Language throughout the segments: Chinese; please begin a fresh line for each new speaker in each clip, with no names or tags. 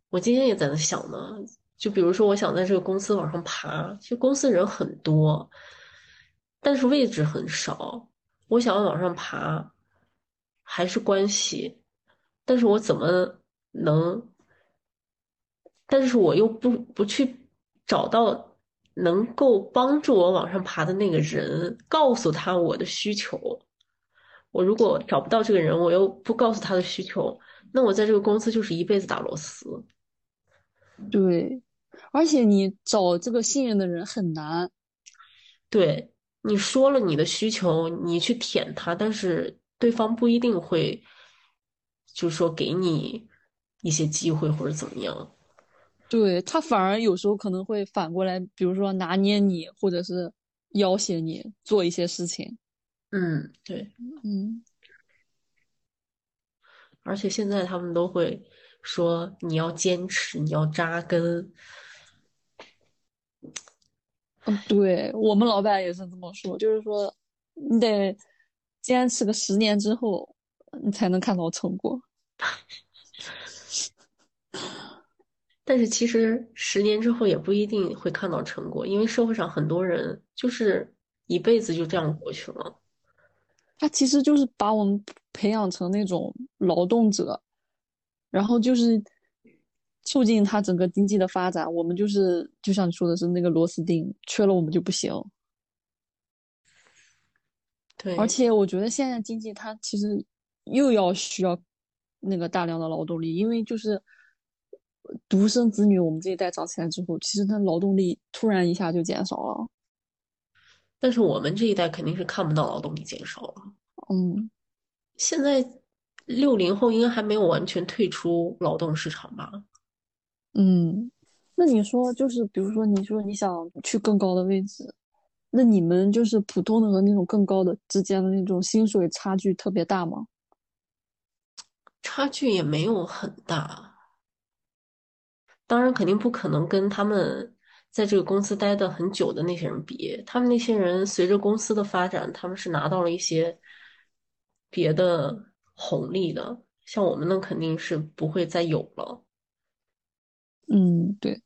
我今天也在那想呢，就比如说，我想在这个公司往上爬，其实公司人很多，但是位置很少。我想要往上爬，还是关系，但是我怎么能？但是我又不去找到能够帮助我往上爬的那个人，告诉他我的需求。我如果找不到这个人，我又不告诉他的需求，那我在这个公司就是一辈子打螺丝。
对，而且你找这个信任的人很难。
对，你说了你的需求，你去舔他，但是对方不一定会，就是说给你一些机会或者怎么样。
对，他反而有时候可能会反过来，比如说拿捏你，或者是要挟你做一些事情。
嗯，对，
嗯
而且现在他们都会说你要坚持，你要扎根。
嗯，对，我们老板也是这么说，就是说你得坚持个10年之后，你才能看到成果。
但是其实10年之后也不一定会看到成果，因为社会上很多人就是一辈子就这样过去了。
他其实就是把我们培养成那种劳动者，然后就是促进他整个经济的发展。我们就是就像你说的是那个螺丝钉，缺了我们就不行。而
对，
且我觉得现在经济它其实又要需要那个大量的劳动力，因为就是独生子女，我们这一代长起来之后，其实他劳动力突然一下就减少了。
但是我们这一代肯定是看不到劳动力减少了。
嗯
现在60后应该还没有完全退出劳动市场吧？
嗯，那你说就是比如说你说你想去更高的位置，那你们就是普通的和那种更高的之间的那种薪水差距特别大吗？
差距也没有很大。当然，肯定不可能跟他们在这个公司待的很久的那些人比。他们那些人随着公司的发展，他们是拿到了一些别的红利的。像我们呢，肯定是不会再有了。
嗯，对，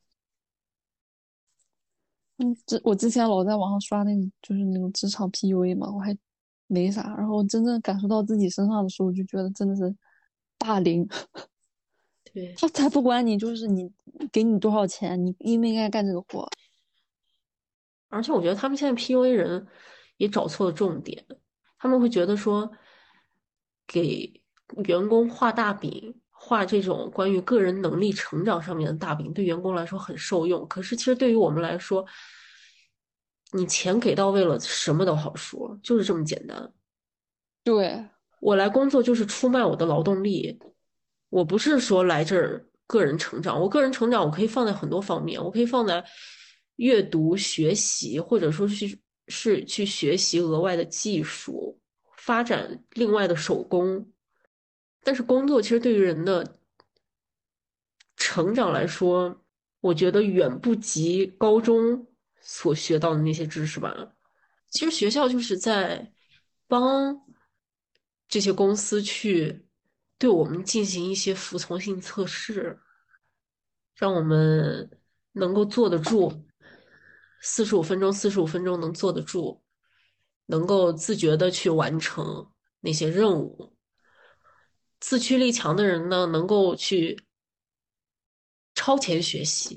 我之前老在网上刷那种就是那种职场 PUA 嘛，我还没啥，然后真正感受到自己身上的时候，就觉得真的是霸凌。
对，
他才不管你，就是你给你多少钱，你应不应该干这个活。
而且我觉得他们现在 PUA 人也找错了重点，他们会觉得说给员工画大饼，画这种关于个人能力成长上面的大饼，对员工来说很受用。可是其实对于我们来说，你钱给到位了，什么都好说，就是这么简单。
对，
我来工作就是出卖我的劳动力，我不是说来这儿个人成长。我个人成长，我可以放在很多方面，我可以放在阅读、学习，或者说是去学习额外的技术，发展另外的手工。但是工作其实对于人的成长来说，我觉得远不及高中所学到的那些知识吧。其实学校就是在帮这些公司去对我们进行一些服从性测试，让我们能够坐得住，45分钟，四十五分钟能坐得住，能够自觉的去完成那些任务。自驱力强的人呢，能够去超前学习。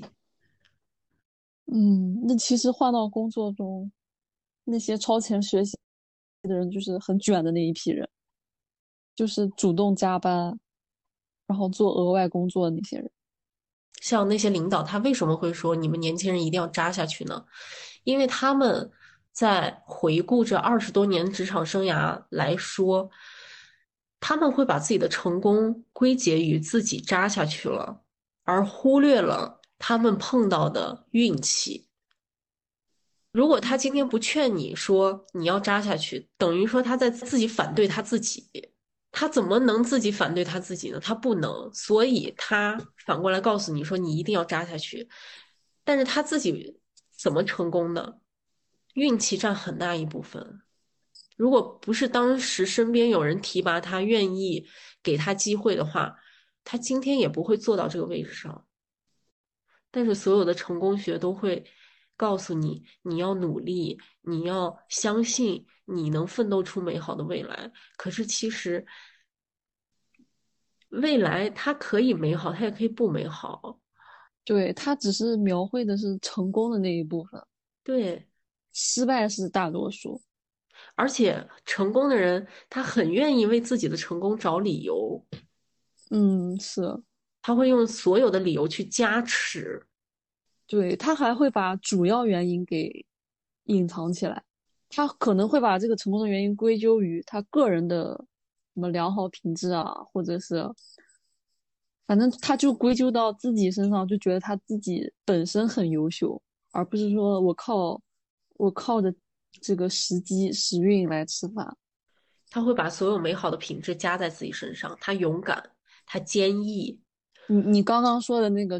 嗯，那其实换到工作中，那些超前学习的人就是很卷的那一批人，就是主动加班，然后做额外工作的那些人。
像那些领导，他为什么会说你们年轻人一定要扎下去呢？因为他们在回顾这20多年职场生涯来说，他们会把自己的成功归结于自己扎下去了，而忽略了他们碰到的运气。如果他今天不劝你说你要扎下去，等于说他在自己反对他自己。他怎么能自己反对他自己呢？他不能，所以他反过来告诉你说你一定要扎下去。但是他自己怎么成功的？运气占很大一部分。如果不是当时身边有人提拔他，愿意给他机会的话，他今天也不会坐到这个位置上。 但是所有的成功学都会告诉你，你要努力，你要相信你能奋斗出美好的未来。可是其实未来它可以美好，它也可以不美好。
对，他只是描绘的是成功的那一部分，
对，
失败是大多数。
而且成功的人，他很愿意为自己的成功找理由，
嗯，是。
他会用所有的理由去加持。
对，他还会把主要原因给隐藏起来，他可能会把这个成功的原因归咎于他个人的什么良好品质啊，或者是反正他就归咎到自己身上，就觉得他自己本身很优秀，而不是说我靠着这个时机时运来吃饭。
他会把所有美好的品质加在自己身上。他勇敢，他坚毅。
你刚刚说的那个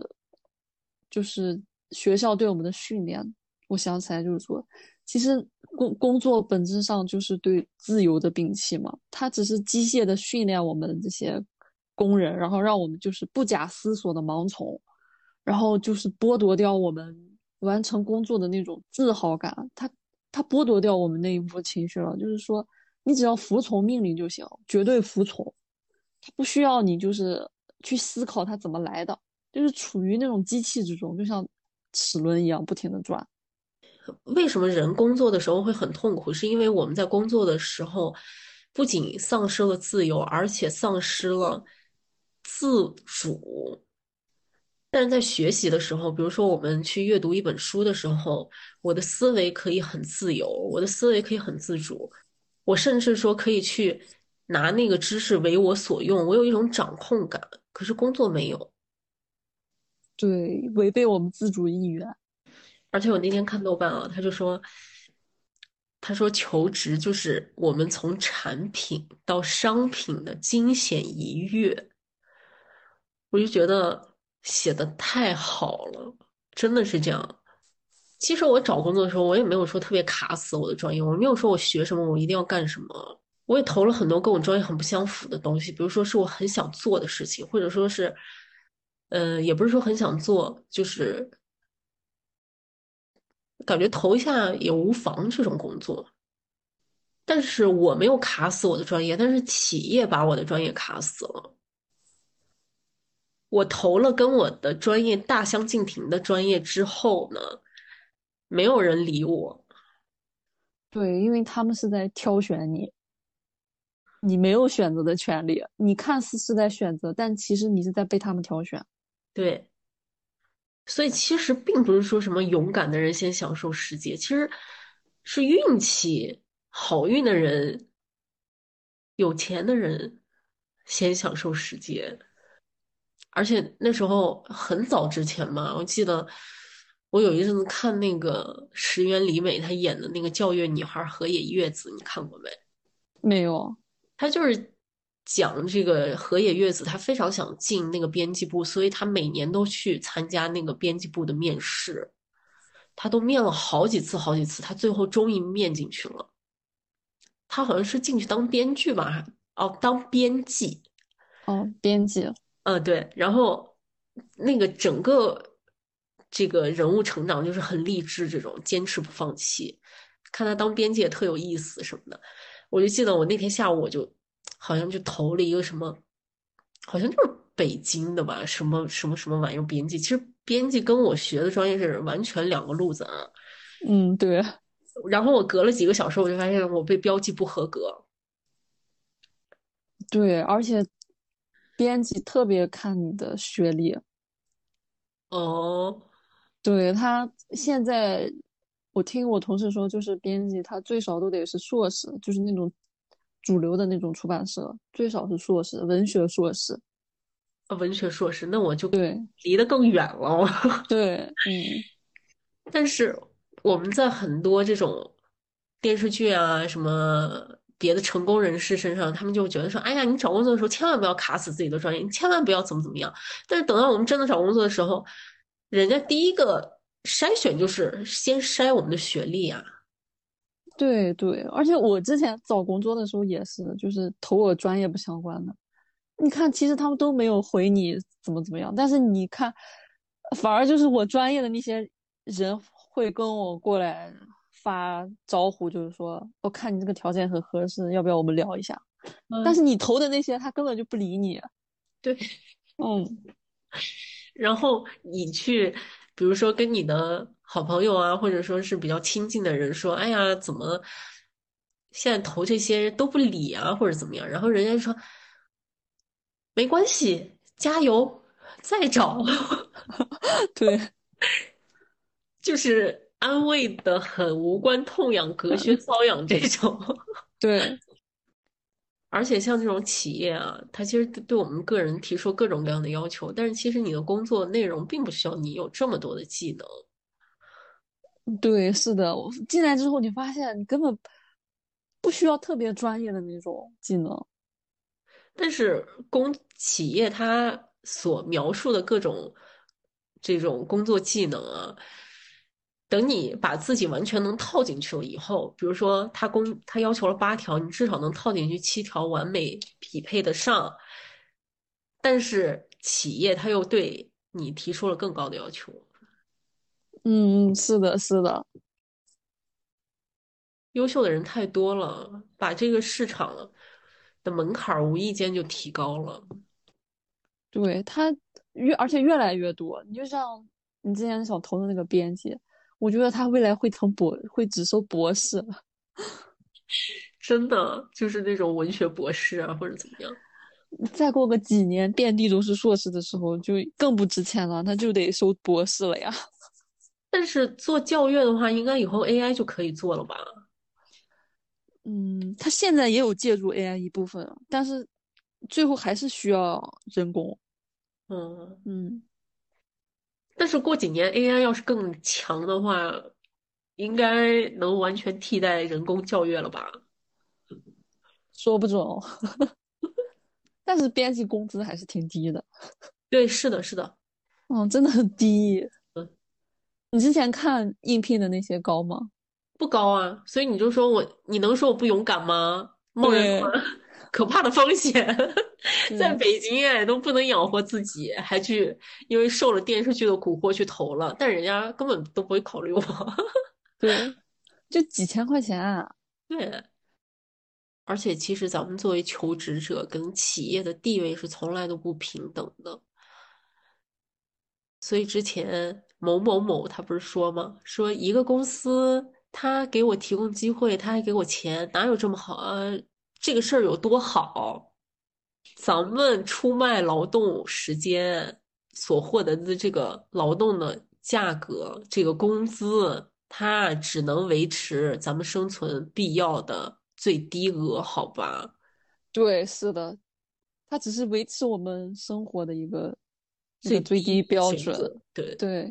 就是学校对我们的训练，我想起来就是说，其实工作本质上就是对自由的摒弃嘛，它只是机械的训练我们这些工人，然后让我们就是不假思索的盲从，然后就是剥夺掉我们完成工作的那种自豪感，它剥夺掉我们那一部分情绪了，就是说你只要服从命令就行，绝对服从。它不需要你就是去思考它怎么来的，就是处于那种机器之中，就像齿轮一样不停的转。
为什么人工作的时候会很痛苦？是因为我们在工作的时候，不仅丧失了自由，而且丧失了自主。但是在学习的时候，比如说我们去阅读一本书的时候，我的思维可以很自由，我的思维可以很自主，我甚至说可以去拿那个知识为我所用，我有一种掌控感。可是工作没有。
对，违背我们自主意愿。
而且我那天看豆瓣啊，他就说，他说求职就是我们从产品到商品的惊险一跃，我就觉得写的太好了，真的是这样。其实我找工作的时候，我也没有说特别卡死我的专业，我没有说我学什么我一定要干什么，我也投了很多跟我专业很不相符的东西，比如说是我很想做的事情，或者说是，也不是说很想做，就是感觉投一下也无妨这种工作。但是我没有卡死我的专业，但是企业把我的专业卡死了。我投了跟我的专业大相径庭的专业之后呢，没有人理我。
对，因为他们是在挑选你，你没有选择的权利。你看似是在选择，但其实你是在被他们挑选。
对，所以其实并不是说什么勇敢的人先享受世界，其实是运气好运的人、有钱的人先享受世界。而且那时候很早之前嘛，我记得我有一阵子看那个石原里美她演的那个教育女孩河野月子，你看过没？
没有。
她就是讲这个河野月子，她非常想进那个编辑部，所以她每年都去参加那个编辑部的面试，她都面了好几次好几次，她最后终于面进去了。她好像是进去当编剧吧，哦，当编辑。
哦，编辑。
对，然后那个整个这个人物成长就是很励志，这种坚持不放弃，看他当编辑也特有意思什么的。我就记得我那天下午我就好像就投了一个什么，好像就是北京的吧，什么什么什么玩意儿编辑。其实编辑跟我学的专业是完全两个路子啊。
嗯，对。
然后我隔了几个小时，我就发现我被标记不合格。
对，而且编辑特别看你的学历。
哦，
对，他现在，我听我同事说，就是编辑，他最少都得是硕士，就是那种主流的那种出版社，最少是硕士，文学硕士。
文学硕士，那我就
对
离得更远了。
对。嗯。
但是我们在很多这种电视剧啊，什么别的成功人士身上，他们就觉得说，哎呀，你找工作的时候千万不要卡死自己的专业，你千万不要怎么怎么样。但是等到我们真的找工作的时候，人家第一个筛选就是先筛我们的学历啊。
对对，而且我之前找工作的时候也是，就是投我专业不相关的。你看，其实他们都没有回你怎么怎么样，但是你看， 反而就是我专业的那些人会跟我过来发招呼，就是说我看你这个条件很合适，要不要我们聊一下？但是
嗯，
你投的那些他根本就不理你。
对。
嗯，
然后你去，比如说跟你的好朋友啊，或者说是比较亲近的人说，哎呀，怎么现在投这些都不理啊，或者怎么样？然后人家就说没关系，加油，再找，
对
就是安慰的很无关痛痒、隔靴搔痒这种。
对
而且像这种企业啊，它其实对我们个人提出各种各样的要求，但是其实你的工作内容并不需要你有这么多的技能。
对，是的。我进来之后，你发现你根本不需要特别专业的那种技能。
但是企业它所描述的各种这种工作技能啊，等你把自己完全能套进去了以后，比如说他要求了8条，你至少能套进去7条，完美匹配得上。但是企业它又对你提出了更高的要求，
嗯，是的，是的。
优秀的人太多了，把这个市场的门槛儿无意间就提高了。
对，他而且越来越多。你就像你之前想投的那个编辑，我觉得他未来会只收博士了。
真的就是那种文学博士啊，或者怎么样。
再过个几年，遍地都是硕士的时候，就更不值钱了，他就得收博士了呀。
但是做教育的话，应该以后 AI 就可以做了吧？
嗯，他现在也有借助 AI 一部分，但是最后还是需要人工。
嗯，
嗯，
但是过几年 AI 要是更强的话，应该能完全替代人工教育了吧？
说不准哦。但是编辑工资还是挺低的。
对，是的，是的，
嗯，真的很低。
嗯，
你之前看应聘的那些高吗？
不高啊。所以你就说你能说我不勇敢吗？冒着这
对
么可怕的风险，在
对
北京哎都不能养活自己，还去因为受了电视剧的蛊惑去投了，但人家根本都不会考虑我。
对，就几千块钱啊。
对，而且其实咱们作为求职者跟企业的地位是从来都不平等的。所以之前某某某他不是说吗？说一个公司他给我提供机会，他还给我钱，哪有这么好啊？这个事儿有多好？咱们出卖劳动时间所获得的这个劳动的价格，这个工资，它只能维持咱们生存必要的最低额，好吧？
对，是的，它只是维持我们生活的一个那
最
个最低
低
标准。
水准，对。
对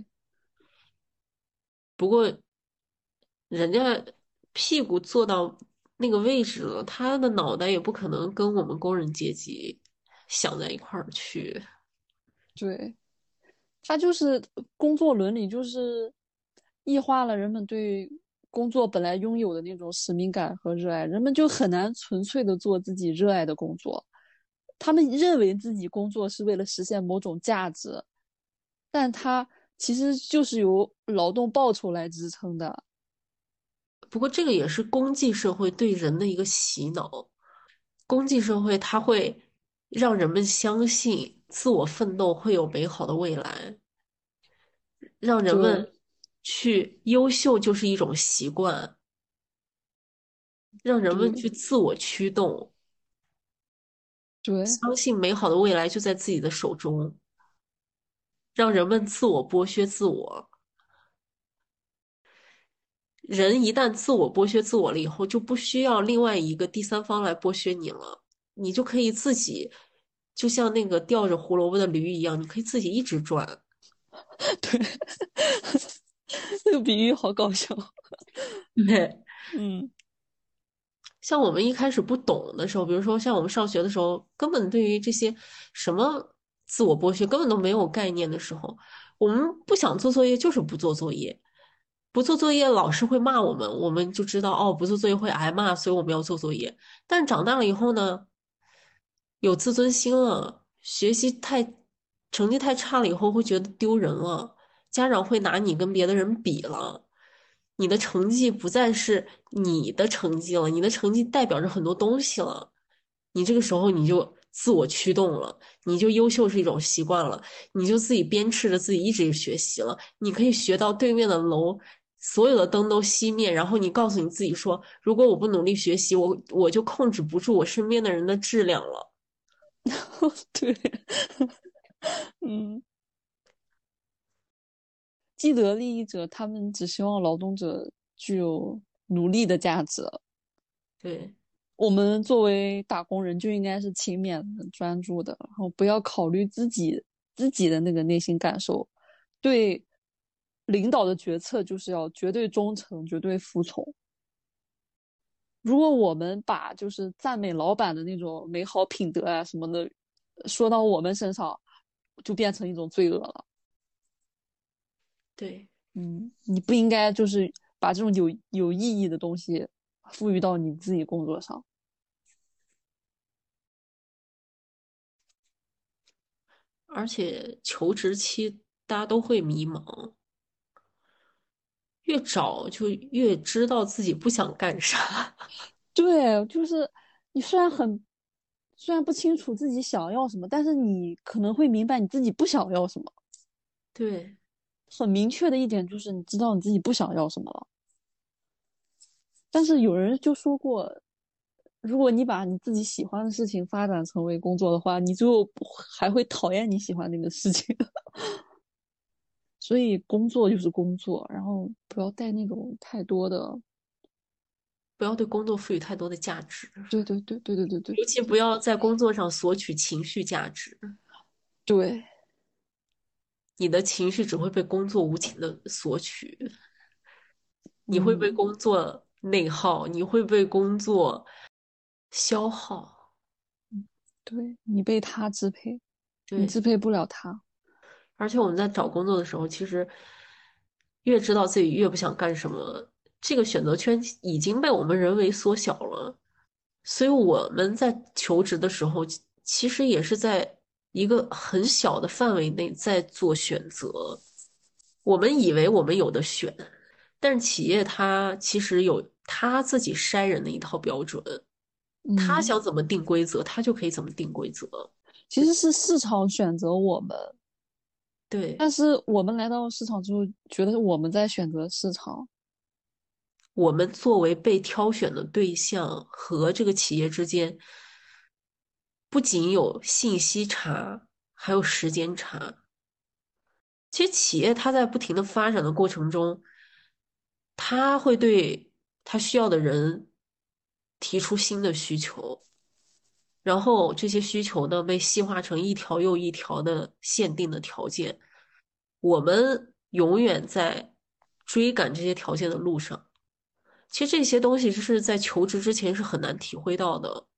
不过人家屁股坐到那个位置了，他的脑袋也不可能跟我们工人阶级想在一块儿去。
对，它就是工作伦理，就是异化了人们对工作本来拥有的那种使命感和热爱，人们就很难纯粹的做自己热爱的工作。他们认为自己工作是为了实现某种价值，但它其实就是由劳动报酬来支撑的。
不过这个也是公济社会对人的一个洗脑。公济社会它会让人们相信自我奋斗会有美好的未来，让人
对
们去优秀就是一种习惯，让人们
对
去自我驱动，
对
相信美好的未来就在自己的手中。让人们自我剥削自我。人一旦自我剥削自我了以后，就不需要另外一个第三方来剥削你了，你就可以自己，就像那个吊着胡萝卜的驴一样，你可以自己一直转。
对，这个比喻好搞笑。
对，
嗯，
像我们一开始不懂的时候，比如说像我们上学的时候，根本对于这些什么自我剥削根本都没有概念的时候，我们不想做作业就是不做作业，不做作业老师会骂我们，我们就知道哦，不做作业会挨骂，所以我们要做作业。但是长大了以后呢，有自尊心了，学习太成绩太差了以后会觉得丢人了，家长会拿你跟别的人比了，你的成绩不再是你的成绩了，你的成绩代表着很多东西了，你这个时候你就自我驱动了，你就优秀是一种习惯了，你就自己鞭笞着自己一直学习了，你可以学到对面的楼。所有的灯都熄灭，然后你告诉你自己说，如果我不努力学习，我就控制不住我身边的人的质量了。
对，嗯，既得利益者他们只希望劳动者具有努力的价值，
对。
我们作为打工人就应该是勤勉的、专注的，然后不要考虑自己的那个内心感受，对领导的决策就是要绝对忠诚、绝对服从。如果我们把就是赞美老板的那种美好品德啊什么的说到我们身上，就变成一种罪恶了。
对，
你不应该就是把这种有意义的东西赋予到你自己工作上。
而且求职期大家都会迷茫，越早就越知道自己不想干啥。
对，就是你虽然不清楚自己想要什么，但是你可能会明白你自己不想要什么。
对，
很明确的一点就是你知道你自己不想要什么了。但是有人就说过，如果你把你自己喜欢的事情发展成为工作的话，你最后还会讨厌你喜欢那个事情。所以工作就是工作，然后不要带那种太多的，
不要对工作赋予太多的价值，
对对对对对对对
尤其不要在工作上索取情绪价值。
对，
你的情绪只会被工作无情的索取，你会被
嗯，
工作内耗，你会被工作消耗。
对你被他支配，你支
对，
配不了他。
而且我们在找工作的时候，其实越知道自己越不想干什么，这个选择圈已经被我们人为缩小了。所以我们在求职的时候，其实也是在一个很小的范围内在做选择。我们以为我们有的选，但是企业它其实有它自己筛人的一套标准，他
嗯，
想怎么定规则，他就可以怎么定规则。
其实是市场选择我们，
对，
但是我们来到市场之后，觉得我们在选择市场。
我们作为被挑选的对象和这个企业之间，不仅有信息差，还有时间差。其实企业它在不停的发展的过程中，它会对它需要的人提出新的需求，然后这些需求呢被细化成一条又一条的限定的条件。我们永远在追赶这些条件的路上。其实这些东西是在求职之前是很难体会到的。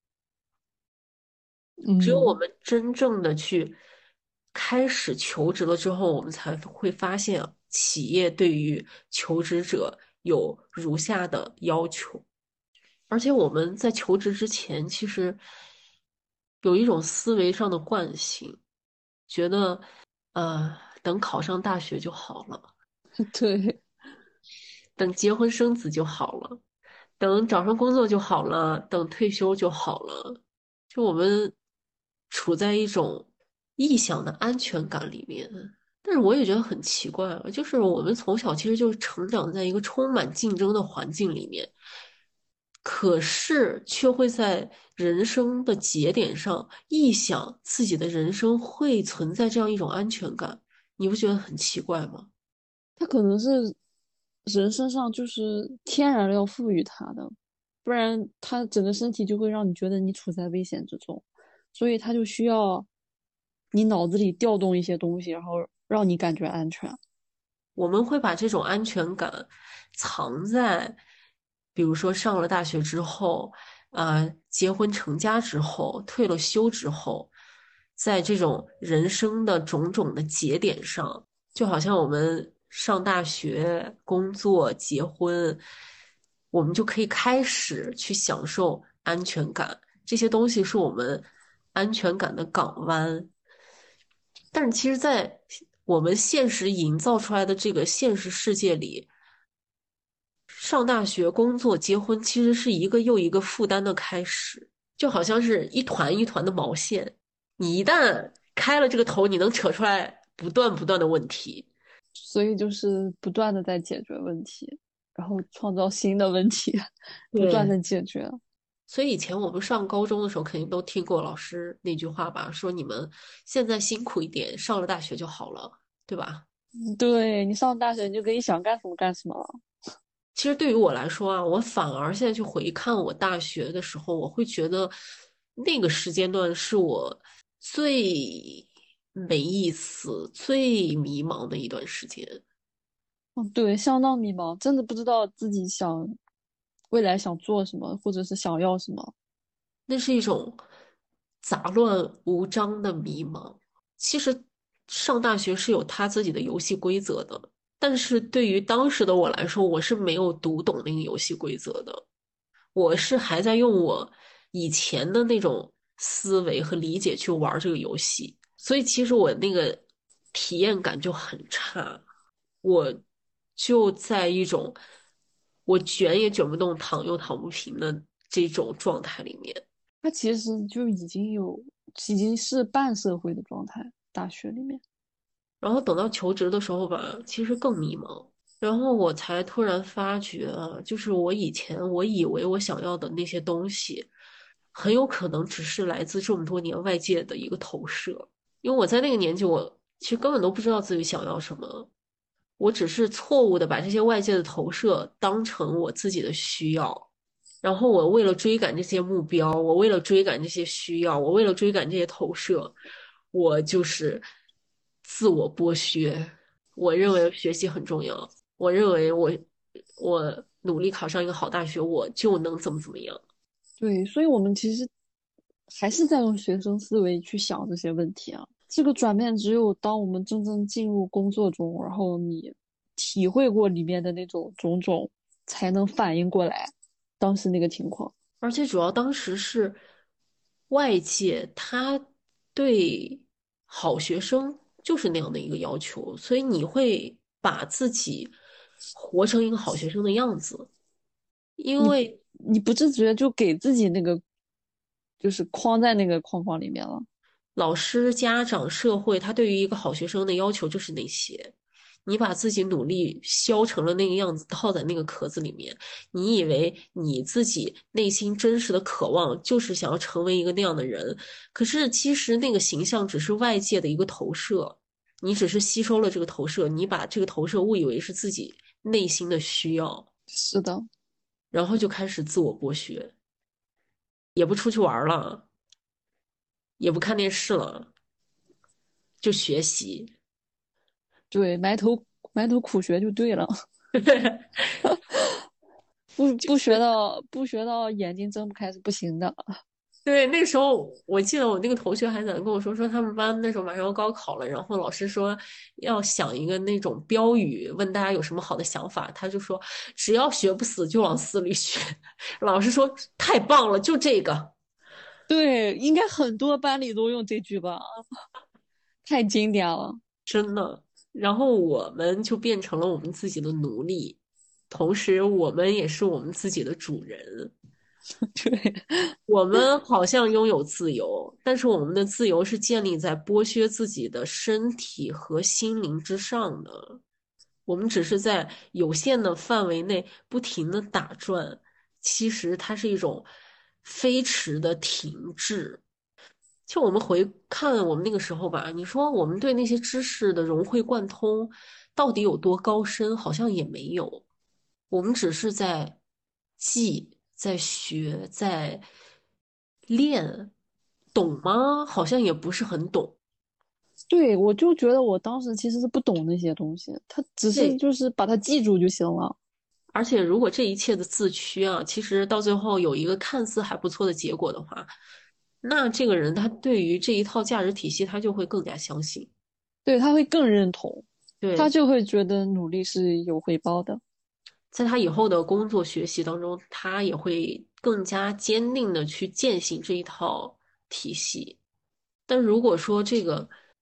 只有我
嗯
们真正的去开始求职了之后，我们才会发现企业对于求职者有如下的要求。而且我们在求职之前，其实有一种思维上的惯性，觉得等考上大学就好了，
对，
等结婚生子就好了，等找上工作就好了，等退休就好了。就我们处在一种臆想的安全感里面，但是我也觉得很奇怪啊，就是我们从小其实就是成长在一个充满竞争的环境里面，可是却会在人生的节点上臆想自己的人生会存在这样一种安全感，你不觉得很奇怪吗？
他可能是人身上就是天然要赋予他的，不然他整个身体就会让你觉得你处在危险之中，所以他就需要你脑子里调动一些东西，然后让你感觉安全。
我们会把这种安全感藏在，比如说上了大学之后，结婚成家之后，退了休之后，在这种人生的种种的节点上，就好像我们上大学、工作、结婚，我们就可以开始去享受安全感。这些东西是我们安全感的港湾。 但是其实，在我们现实营造出来的这个现实世界里，上大学、工作、结婚，其实是一个又一个负担的开始，就好像是一团一团的毛线，你一旦开了这个头，你能扯出来不断不断的问题。
所以就是不断的在解决问题，然后创造新的问题，不断
对，
的解决。
所以以前我们上高中的时候，肯定都听过老师那句话吧，说你们现在辛苦一点，上了大学就好了，对吧？
对，你上大学你就可以想干什么干什么了。
其实对于我来说啊，我反而现在去回看我大学的时候，我会觉得那个时间段是我最没意思、最迷茫的一段时间。
嗯，对，相当迷茫，真的不知道自己未来想做什么，或者是想要什么。
那是一种杂乱无章的迷茫。其实上大学是有他自己的游戏规则的，但是对于当时的我来说，我是没有读懂那个游戏规则的。我是还在用我以前的那种思维和理解去玩这个游戏，所以其实我那个体验感就很差。我就在一种我卷也卷不动、躺又躺不平的这种状态里面。
他其实就已经是半社会的状态，大学里面。
然后等到求职的时候吧，其实更迷茫。然后我才突然发觉啊，就是我以前我以为我想要的那些东西，很有可能只是来自这么多年外界的一个投射。因为我在那个年纪，我其实根本都不知道自己想要什么，我只是错误的把这些外界的投射当成我自己的需要。然后我为了追赶这些目标，我为了追赶这些需要，我为了追赶这些投射，我就是自我剥削。我认为学习很重要，我认为我努力考上一个好大学，我就能怎么怎么样。
对，所以我们其实还是在用学生思维去想这些问题啊。这个转变只有当我们真正进入工作中，然后你体会过里面的那种种种，才能反应过来当时那个情况。
而且主要当时是外界他对好学生就是那样的一个要求，所以你会把自己活成一个好学生的样子，因
你
为
你不自觉就给自己那个就是框在那个框框里面了。
老师、家长、社会，他对于一个好学生的要求就是那些。你把自己努力削成了那个样子，套在那个壳子里面，你以为你自己内心真实的渴望就是想要成为一个那样的人，可是其实那个形象只是外界的一个投射，你只是吸收了这个投射，你把这个投射误以为是自己内心的需要，
是的，
然后就开始自我剥削，也不出去玩了，也不看电视了，就学习。
对，埋头苦学就对了。不学到眼睛睁不开是不行的。
对，那时候我记得我那个同学还在跟我说，说他们班那时候马上要高考了，然后老师说要想一个那种标语，问大家有什么好的想法，他就说只要学不死就往死里学。老师说太棒了，就这个，
对，应该很多班里都用这句吧，太经典了。
真的。然后我们就变成了我们自己的奴隶，同时我们也是我们自己的主人。
对，
我们好像拥有自由，但是我们的自由是建立在剥削自己的身体和心灵之上的。我们只是在有限的范围内不停的打转，其实它是一种飞驰的停滞。就我们回看我们那个时候吧，你说我们对那些知识的融会贯通到底有多高深，好像也没有。我们只是在记，在学，在练，懂吗？好像也不是很懂。
对，我就觉得我当时其实是不懂那些东西，他只是
对，
就是把它记住就行了。
而且如果这一切的自驱啊，其实到最后有一个看似还不错的结果的话，那这个人他对于这一套价值体系，他就会更加相信。
对，他会更认同，他
对，
就会觉得努力是有回报的。
在他以后的工作学习当中，他也会更加坚定的去践行这一套体系。但如果说这个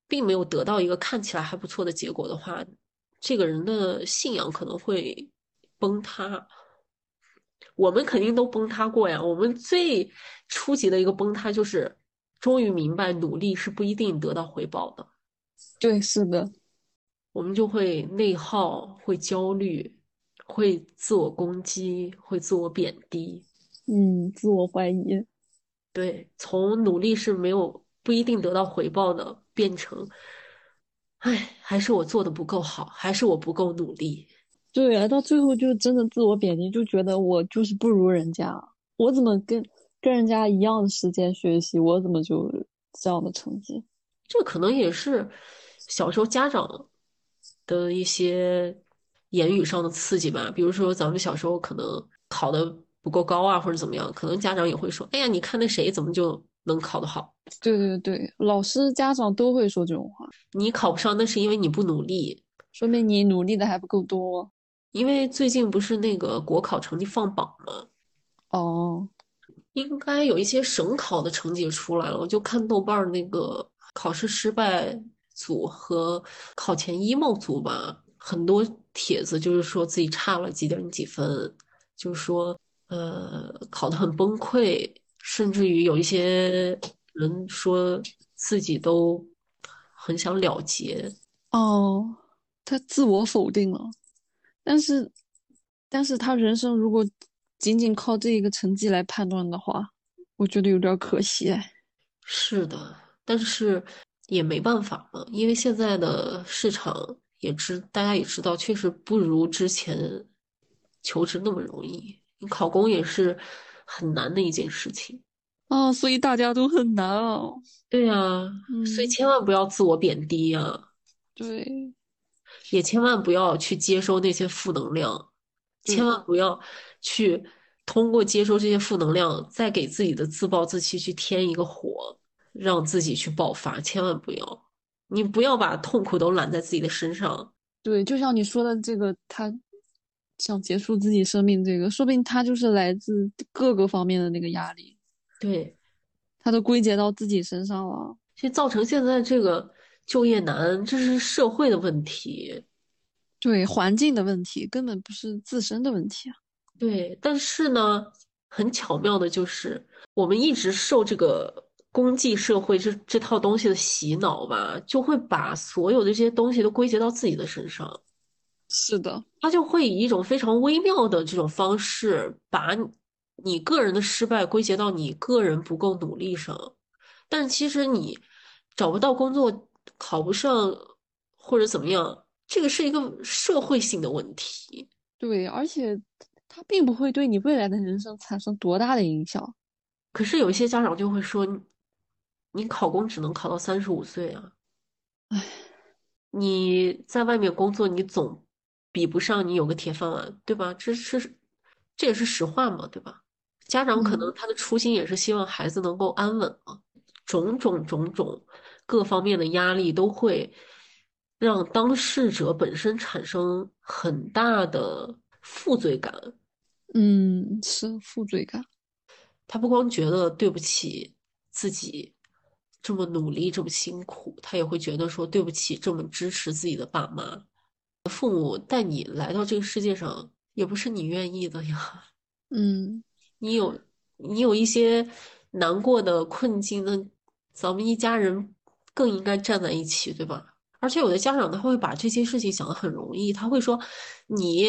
并没有得到一个看起来还不错的结果的话，这个人的信仰可能会崩塌。我们肯定都崩塌过呀。我们最初级的一个崩塌就是终于明白努力是不一定得到回报的，
对，是的，
我们就会内耗，会焦虑，会自我攻击，会自我贬低。
嗯，自我怀疑。
对，从努力是没有不一定得到回报的，变成，哎，还是我做的不够好，还是我不够努力。
对啊，到最后就真的自我贬低，就觉得我就是不如人家，我怎么跟人家一样的时间学习，我怎么就这样的成绩？
这可能也是小时候家长的一些言语上的刺激吧。比如说，咱们小时候可能考的不够高啊，或者怎么样，可能家长也会说：“哎呀，你看那谁怎么就能考得好？
对对对，老师、家长都会说这种话，
你考不上，那是因为你不努力。”
说明你努力的还不够多。
因为最近不是那个国考成绩放榜吗？
哦，
应该有一些省考的成绩出来了，我就看豆瓣儿那个考试失败组和考前 emo 组吧，很多帖子就是说自己差了几点几分，就是说考得很崩溃，甚至于有一些人说自己都很想了结。
哦，他自我否定了，但是，但是他人生如果仅仅靠这一个成绩来判断的话，我觉得有点儿可惜哎。
是的，但是也没办法嘛，因为现在的市场大家也知道，确实不如之前求职那么容易。你考公也是很难的一件事情。
啊，所以大家都很难啊。
对呀，所以
嗯，
千万不要自我贬低呀，
对
也千万不要去接收那些负能量，千
对
万不要去通过接收这些负能量，再给自己的自暴自弃去添一个火，让自己去爆发，千万不要。你不要把痛苦都揽在自己的身上。
对，就像你说的这个，他想结束自己生命，这个说不定他就是来自各个方面的那个压力，
对，
他都归结到自己身上了。
其实造成现在这个就业难，这是社会的问题。
对，环境的问题根本不是自身的问题啊。
对，但是呢，很巧妙的就是，我们一直受这个公济社会这套东西的洗脑吧，就会把所有的这些东西都归结到自己的身上，
是的，
他就会以一种非常微妙的这种方式，把你个人的失败归结到你个人不够努力上。但其实你找不到工作，考不上或者怎么样，这个是一个社会性的问题。
对，而且它并不会对你未来的人生产生多大的影响。
可是有一些家长就会说，你考公只能考到35岁啊，
唉，
你在外面工作，你总比不上你有个铁饭碗，对吧？这也是实话嘛，对吧？家长可能
嗯
他的初心也是希望孩子能够安稳嘛，种种各方面的压力都会让当事者本身产生很大的负罪感。
嗯，是负罪感。
他不光觉得对不起自己这么努力这么辛苦，他也会觉得说对不起这么支持自己的爸妈。父母带你来到这个世界上，也不是你愿意的呀。
嗯
你有你有一些难过的困境，那咱们一家人更应该站在一起，对吧？而且有的家长他会把这些事情想得很容易，他会说你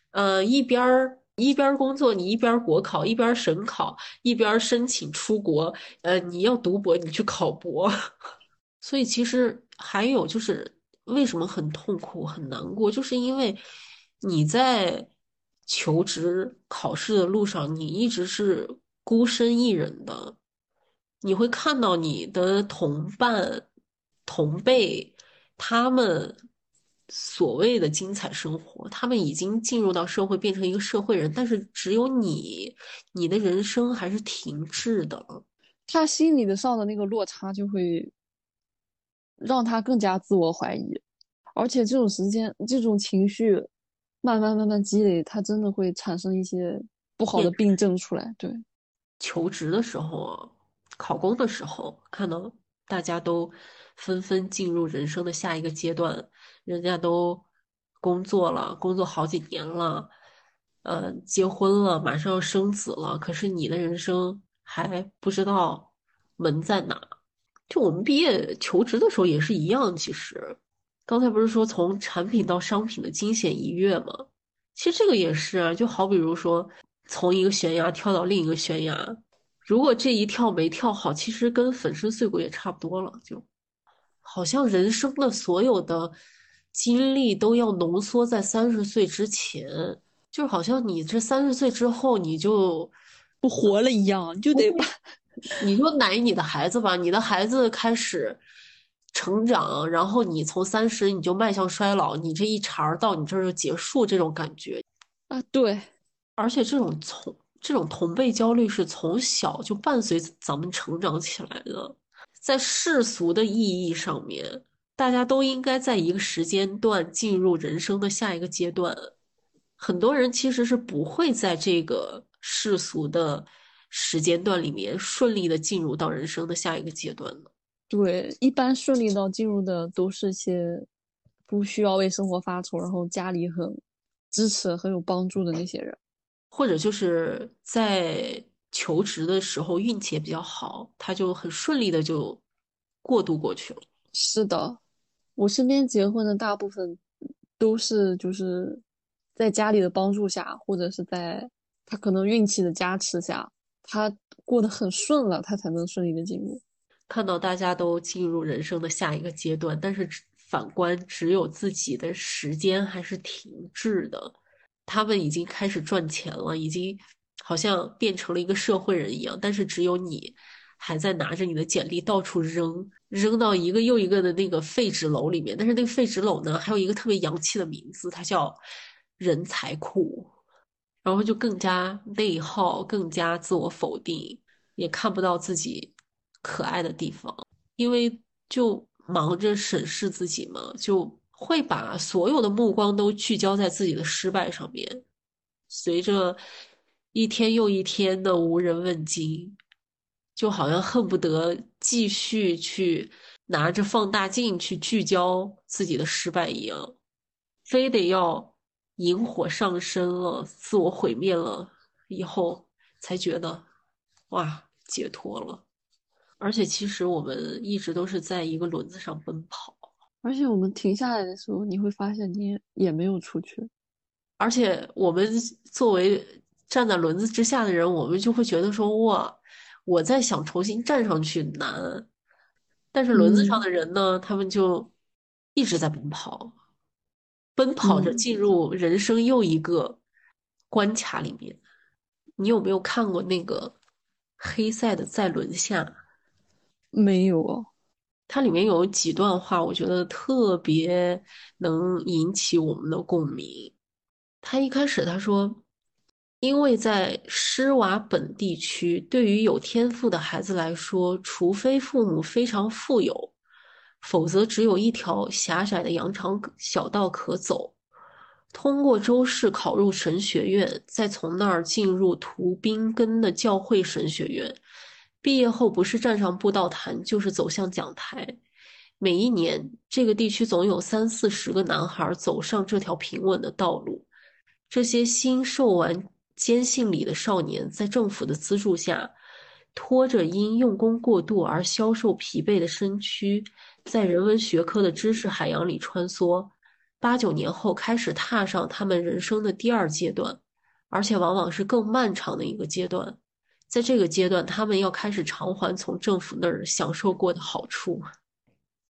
一边儿工作，你一边儿国考，一边儿省考，一边儿申请出国，你要读博，你去考博。所以其实还有就是为什么很痛苦、很难过，就是因为你在求职考试的路上，你一直是孤身一人的，你会看到你的同伴、同辈，他们所谓的精彩生活，他们已经进入到社会，变成一个社会人，但是只有你，你的人生还是停滞的。
他心理的上的那个落差就会让他更加自我怀疑，而且这种时间、这种情绪慢慢积累，他真的会产生一些不好的病症出来。对，
求职的时候啊，考公的时候看到。 大家都纷纷进入人生的下一个阶段，人家都工作了，工作好几年了，结婚了，马上要生子了，可是你的人生还不知道门在哪。就我们毕业求职的时候也是一样，其实刚才不是说从产品到商品的惊险一跃吗？其实这个也是啊，就好比如说从一个悬崖跳到另一个悬崖，如果这一跳没跳好，其实跟粉身碎骨也差不多了，就好像人生的所有的经历都要浓缩在30岁之前，就好像你这30岁之后，
不活了一样，你就得把
你就奶你的孩子吧，你的孩子开始成长，然后你从30你就迈向衰老，你这一茬儿到你这儿就结束，这种感觉。
啊，对，
而且这种同辈焦虑是从小就伴随咱们成长起来的，在世俗的意义上面，大家都应该在一个时间段进入人生的下一个阶段。很多人其实是不会在这个世俗的时间段里面顺利的进入到人生的下一个阶段的。
对，一般顺利到进入的都是些不需要为生活发愁，然后家里很支持、很有帮助的那些人。
或者就是在求职的时候运气也比较好，他就很顺利的就过渡过去了。
是的，我身边结婚的大部分都是就是在家里的帮助下，或者是在他可能运气的加持下，他过得很顺了，他才能顺利的进入。
看到大家都进入人生的下一个阶段，但是反观只有自己的时间还是停滞的。他们已经开始赚钱了，已经好像变成了一个社会人一样，但是只有你还在拿着你的简历到处扔，扔到一个又一个的那个废纸篓里面。但是那个废纸篓呢，还有一个特别洋气的名字，它叫人才库。然后就更加内耗，更加自我否定，也看不到自己可爱的地方，因为就忙着审视自己嘛，就会把所有的目光都聚焦在自己的失败上面。随着一天又一天的无人问津，就好像恨不得继续去拿着放大镜去聚焦自己的失败一样。非得要引火上身了、自我毁灭了以后，才觉得哇，解脱了。而且其实我们一直都是在一个轮子上奔跑，
而且我们停下来的时候，你会发现你也没有出去。
而且我们作为站在轮子之下的人，我们就会觉得说哇，我在想重新站上去难，但是轮子上
嗯
的人呢，他们就一直在奔跑，奔跑着
嗯，
进入人生又一个关卡里面。你有没有看过那个黑塞的《在轮下》？
没有哦。
它里面有几段话，我觉得特别能引起我们的共鸣。他一开始他说，因为在施瓦本地区，对于有天赋的孩子来说，除非父母非常富有，否则只有一条狭窄的羊肠小道可走。通过周试考入神学院，再从那儿进入图宾根的教会神学院。毕业后不是站上布道坛，就是走向讲台。每一年，这个地区总有30-40个男孩走上这条平稳的道路。这些新受完坚信礼的少年，在政府的资助下，拖着因用功过度而消瘦疲惫的身躯，在人文学科的知识海洋里穿梭。8-9年后，开始踏上他们人生的第二阶段，而且往往是更漫长的一个阶段。在这个阶段，他们要开始偿还从政府那儿享受过的好处。